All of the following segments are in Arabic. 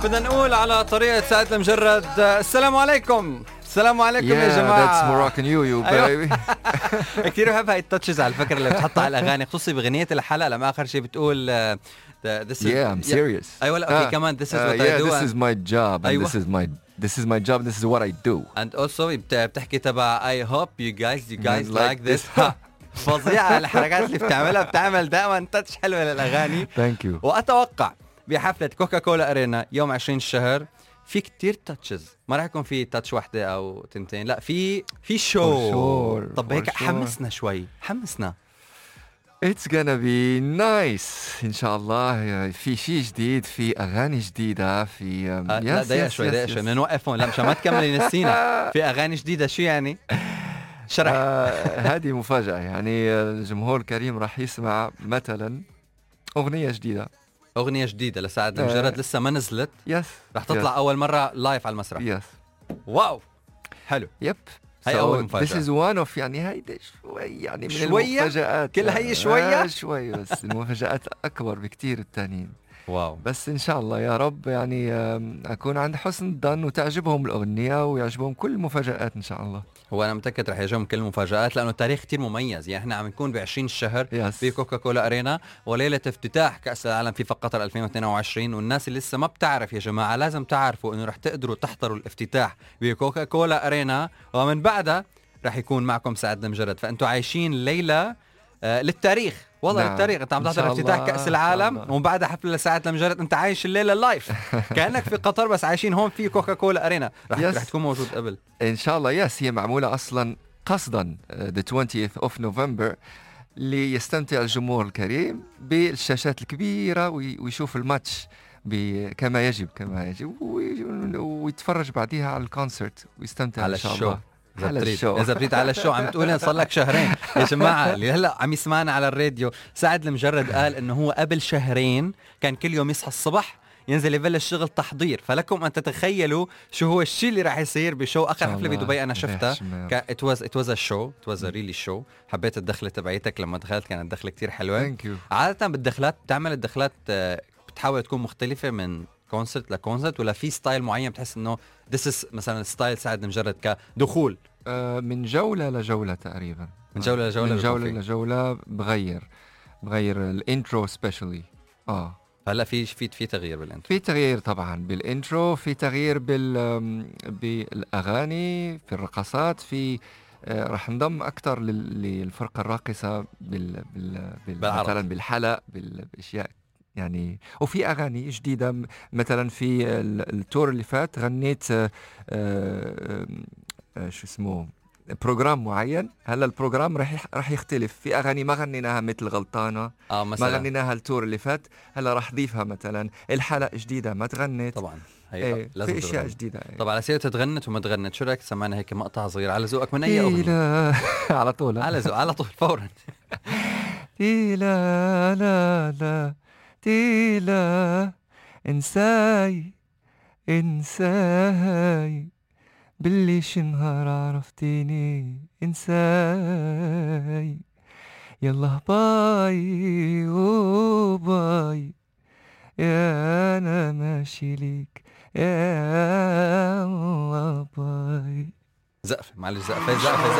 بدنا نقول على طريقة سعد المجرد السلام عليكم. السلام عليكم يا جماعة. That's Moroccan you baby. كثير بحب هاي التاتشز على فكرة اللي بتحطها على الأغاني، خصوصي بغنية الحلقة لما آخر شيء بتقول this is I'm serious. أيوة لا في كمان this is what I do. This is my job and this is my job and this is what I do. And also بتحكي تبع I hope you guys like this. فظيعة الحركات اللي بتعملها، بتعمل دائما تاتش حلوة للأغاني. Thank you. وأتوقع بحفلة كوكا كولا أرينا يوم 20 الشهر في كتير تاتشز، ما راح يكون في تاتش واحدة أو تنتين، لا في شو. طب هيك حمسنا شوي، حمسنا. It's gonna be nice إن شاء الله. في شيء جديد، في أغاني جديدة، في لا دقيقة شوي بدنا نوقفهم، لا مشان ما تكملي نسينا. في أغاني جديدة شو يعني؟ شرح. هذه مفاجأة يعني. الجمهور الكريم راح يسمع مثلا أغنية جديدة لسعد المجرد لسه ما نزلت. راح تطلع أول مرة لايف على المسرح. واو حلو. يب. هاي أول مفاجأة. This is one of يعني هيدا شوي يعني من شوية؟ المفاجآت. كل هي شوية؟ شوي بس المفاجآت أكبر بكتير التانيين. واو. بس إن شاء الله يا رب يعني أكون عند حسن الظن وتعجبهم الأغنية ويعجبهم كل المفاجآت إن شاء الله. هو أنا متأكد رح يعجبهم كل المفاجآت لأنه التاريخ كتير مميز. يعني إحنا عم نكون ب20 الشهر في كوكا كولا أرينا وليلة افتتاح كأس العالم فيفا قطر 2022. والناس اللي لسه ما بتعرف يا جماعة لازم تعرفوا إنه رح تقدروا تحضروا الافتتاح بكوكا كولا أرينا، ومن بعدها رح يكون معكم سعد المجرد. فأنتوا عايشين ليلة للتاريخ والله. نعم. للتاريخ انت عم تحضر افتتاح كأس العالم ومن بعدها حفله لسعد المجرد. انت عايش الليله لايف كأنك في قطر بس عايشين هون في كوكا كولا أرينا. رح تكون موجود قبل ان شاء الله. هي معموله اصلا قصدا the 20th of November ليستمتع الجمهور الكريم بالشاشات الكبيره ويشوف الماتش كما يجب ويتفرج بعديها على الكونسرت ويستمتع على ان شاء الشو. الله. إذا بريد على الشو عم تقول صار لك شهرين يا جماعة اللي هلأ عم يسمعنا على الراديو. سعد المجرد قال إنه هو قبل شهرين كان كل يوم يصحى الصبح ينزل يبلش شغل تحضير. فلكم أن تتخيلوا شو هو الشيء اللي راح يصير بشو. آخر حفلة بدبي أنا شفتها it was a show, it was a really show. حبيت الدخلة تبعيتك لما دخلت، كانت دخلة كتير حلوة. عادة بالدخلات بتعمل الدخلات بتحاول تكون مختلفة من كونسرت لكونسرت ولا في ستايل معين بتحس إنه this is مثلا ستايل سعد مجرد كدخول؟ من جولة لجولة تقريبا. من جولة لجولة بغير الانترو سبيشالي. هلا في تغيير بالانترو. في تغيير طبعا بالانترو، في تغيير بالاغاني، في الرقصات، في راح نضم اكثر للفرقة الراقصة مثلا بالحلق بالاشياء يعني. وفي أغاني جديدة مثلا في التور اللي فات غنيت شو اسمه بروجرام معين. هلا البروجرام راح يختلف. في أغاني ما غنيناها مثل غلطانة ما غنيناها التور اللي فات، هلا راح ضيفها مثلا. الحلقة جديدة ما تغنت طبعا. لازم في اشياء جديده. طب على سيرة تغنت وما تغنت، شو رايك سمعنا هيك مقطع صغير على ذوقك من اي اغنيه؟ على طول على طول فورا. لا لا لا تيلا انساي بليش نهار عرفتيني انساي. يلا باي وباي يا انا ماشي ليك يا الله باي. زقفة معلش زقفة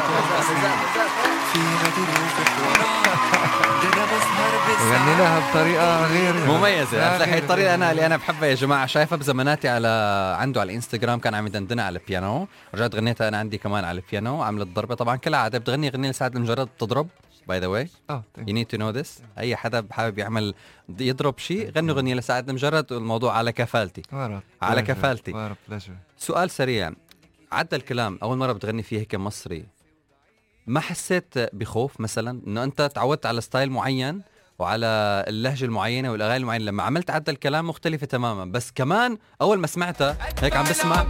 غنيناها بطريقة غير مميزة. هي الطريقة اللي أنا بحبها يا جماعة. شايفها بزماناتي عنده على الانستغرام كان عم يدندن على البيانو، رجعت غنيتها أنا عندي كمان على البيانو. عملت ضربة طبعا كالعادة. بتغني غنية لسعد المجرد بتضرب by the way you need to know this. أي حدا حابب يعمل يضرب شيء غنوا غنية لسعد المجرد والموضوع على كفالتي. على كفالتي. سؤال سريع، عدى الكلام أول مرة بتغني فيه هيك مصري، ما حسيت بخوف مثلا إنه أنت تعودت على ستايل معين وعلى اللهجة المعينة والأغاني المعينة، لما عملت عدى الكلام مختلفة تماما، بس كمان أول ما سمعتها هيك عم بسمع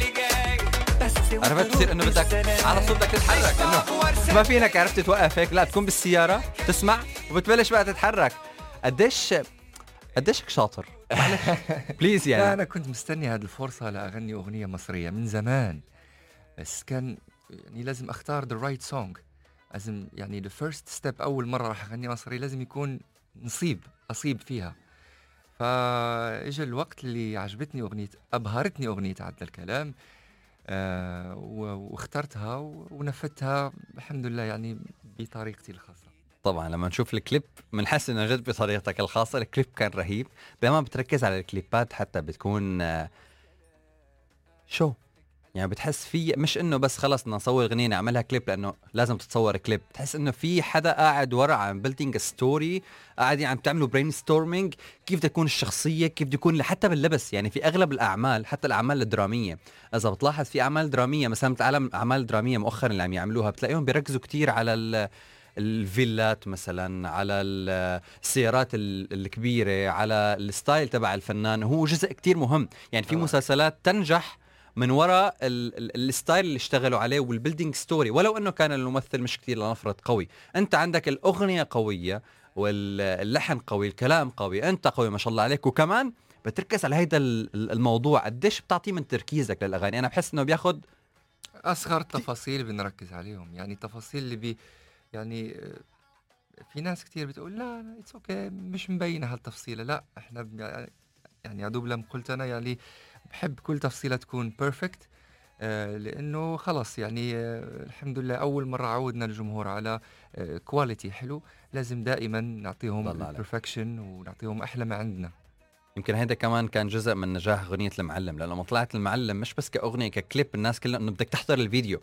عرفت تصير إنه بدك على صوتك تتحرك، إنه ما فينك عرفت توقف هيك، لا تكون بالسيارة تسمع وبتبلش بقى تتحرك. قديش شاطر بليز يعني. أنا كنت مستني هذه الفرصة لأغني أغنية مصرية من زمان، بس كان يعني لازم أختار the right song. لازم يعني the first step، أول مرة راح أغني مصري لازم يكون أصيب فيها. فاجى الوقت اللي عجبتني أبهرتني أغنية عدل الكلام، واخترتها ونفذتها الحمد لله يعني بطريقتي الخاصة. طبعا لما نشوف الكليب بنحس انه جد بطريقتك الخاصة. الكليب كان رهيب. دائما بتركز على الكليبات حتى بتكون شو يعني بتحس في مش انه بس خلص بدنا نصور اغنيه نعملها كليب لانه لازم تتصور كليب. بتحس انه في حدا قاعد ورا عم بيلدينج ستوري، قاعدين عم تعملوا برين ستورمينج كيف بدها تكون الشخصيه، كيف بده يكون حتى باللبس. يعني في اغلب الاعمال حتى الاعمال الدراميه اذا بتلاحظ في اعمال دراميه مثلا بتعلم اعمال دراميه مؤخرا اللي عم يعملوها بتلاقيهم بيركزوا كتير على الفيلات مثلا، على السيارات الكبيره، على الستايل تبع الفنان. هو جزء كتير مهم. يعني في مسلسلات تنجح من وراء الستايل اللي اشتغلوا عليه والبيلدينج ستوري، ولو انه كان الممثل مش كتير لنفرض قوي. انت عندك الاغنيه قويه واللحن قوي، الكلام قوي، انت قوي ما شاء الله عليك، وكمان بتركز على هيدا الموضوع. قديش بتعطيه من تركيزك للاغاني؟ انا بحس انه بياخد أصغر التفاصيل بنركز عليهم، يعني التفاصيل اللي يعني في ناس كتير بتقول لا اتس اوكي مش مبينة هالتفصيلة. لا احنا يعني عدوب لما قلت انا يعني بحب كل تفصيلة تكون بيرفكت، لانه خلص يعني الحمد لله اول مرة عودنا الجمهور على كواليتي حلو، لازم دائما نعطيهم البرفكشن ونعطيهم احلى ما عندنا. يمكن هيدا كمان كان جزء من نجاح أغنية المعلم، لأنه لما طلعت المعلم مش بس كأغنية ككليب الناس كلها إنه بدك تحضر الفيديو.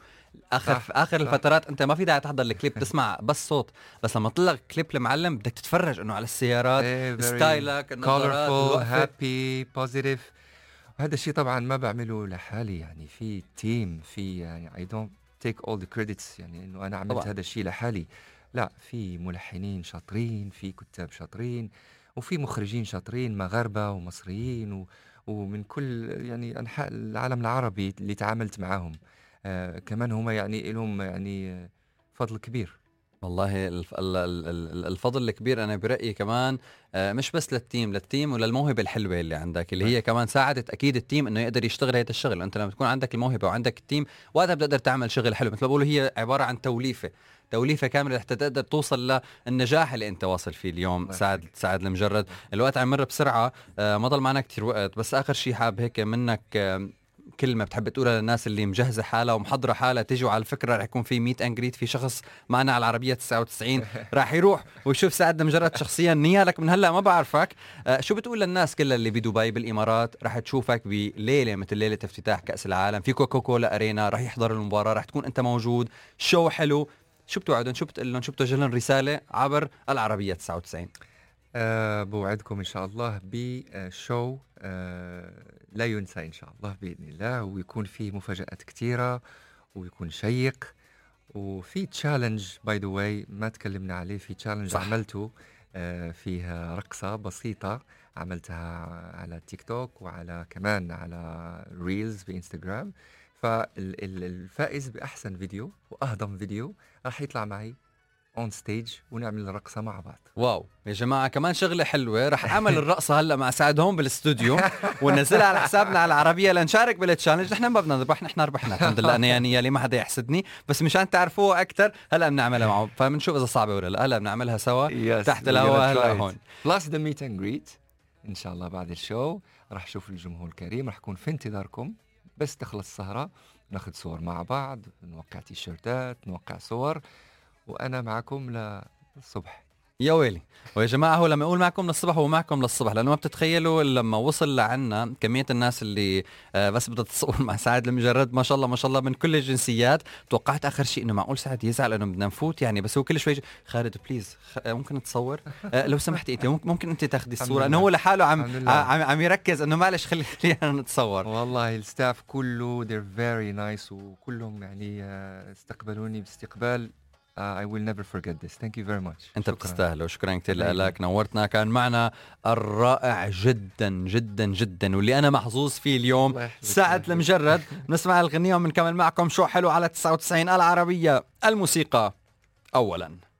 آخر الفترات أنت ما في داعي تحضر الكليب تسمع بس صوت، بس لما طلع كليب المعلم بدك تتفرج إنه على السيارات ستايلك colorful happy positive. هذا الشيء طبعا ما بعمله لحالي، يعني في تيم، في يعني I don't take all the credits، يعني إنه أنا عملت هذا الشيء لحالي. لا، في ملحنين شاطرين، في كتاب شاطرين، وفي مخرجين شاطرين مغاربة ومصريين ومن كل يعني أنحاء العالم العربي اللي تعاملت معهم. كمان هم يعني لهم يعني فضل كبير. والله الفضل الكبير أنا برأيي كمان مش بس للتيم وللموهبة الحلوة اللي عندك، اللي هي كمان ساعدت أكيد التيم إنه يقدر يشتغل هذا الشغل. أنت لما تكون عندك الموهبة وعندك التيم وقتها بتقدر تعمل شغل حلو. مثل ما بقولوا هي عبارة عن توليفة كاملة حتى تقدر توصل للنجاح اللي أنت واصل فيه اليوم. سعد المجرد، الوقت عم يمر بسرعة، ما ضل معنا كتير وقت، بس آخر شيء حاب هيك منك كلمة بتحب تقولها للناس اللي مجهزة حالها ومحضرة حالها تيجوا على الفكرة رح يكون في ميت أند جريت، في شخص معنا على العربية 99 راح يروح ويشوف سعد المجرد شخصيا نيالك من هلأ ما بعرفك، شو بتقول للناس كلها اللي بدبي بالإمارات رح تشوفك بليلة مثل ليلة افتتاح كأس العالم في كوكاكولا أرينا، رح يحضروا المباراة، رح تكون أنت موجود، شو حلو، شو بتوعدهم، شو بتقول لهم، شو بتوجه رسالة عبر العربية 99؟ بوعدكم إن شاء الله بشو لا ينسى إن شاء الله بإذن الله، ويكون فيه مفاجآت كتيرة ويكون شيق، وفي تشالنج باي ذا واي ما تكلمنا عليه. في تشالنج عملته فيها رقصة بسيطة عملتها على تيك توك وعلى كمان على ريلز بإنستغرام. فالفائز بأحسن فيديو وأهضم فيديو راح يطلع معي اون ستيج ونعمل رقصه مع بعض. واو يا جماعه كمان شغله حلوه، رح اعمل الرقصه هلا مع سعد هون بالاستوديو وننزلها على حسابنا على العربيه لنشارك بالتشالنج. نحن ما بدنا نربح، نحن ربحنا الحمد لله. انا يعني يلي ما حدا يحسدني، بس مشان تعرفوه اكثر هلا بنعملها معه، فبنشوف اذا صعبه ولا لا. هلا بنعملها سوا تحت الهواء هلا هون بلس ذا ميت اند جريت ان شاء الله. بعد الشو رح شوف الجمهور الكريم، رح يكون في انتظاركم بس تخلص السهره، ناخذ صور مع بعض، نوقع تيشيرتات، نوقع صور، وأنا معكم للصبح. يا ويلي. ويا جماعة هو لما يقول معكم للصبح هو معكم للصبح، لأنه ما بتتخيلوا لما وصل لعنا كمية الناس اللي بس بدها تتصور مع سعد المجرد ما شاء الله ما شاء الله من كل الجنسيات. توقعت آخر شيء إنه معقول سعد يزعل إنه بدنا نفوت يعني، بس هو كل شوي خالد بليز ممكن نتصور لو سمحتي أنت ممكن أنت تاخذي الصورة. إنه هو لحاله عم يركز إنه معلش خلينا نتصور. والله الستاف كله they're very nice وكلهم يعني استقبلوني باستقبال I will never forget this. Thank you very much. أنت بتستاهل وشكرا كتير لك، نورتنا. كان معنا الرائع جدا جدا جدا واللي أنا محظوظ فيه اليوم سعد المجرد. نسمع الغنية ومنكمل معكم شو حلو على 99 العربية، الموسيقى أولا.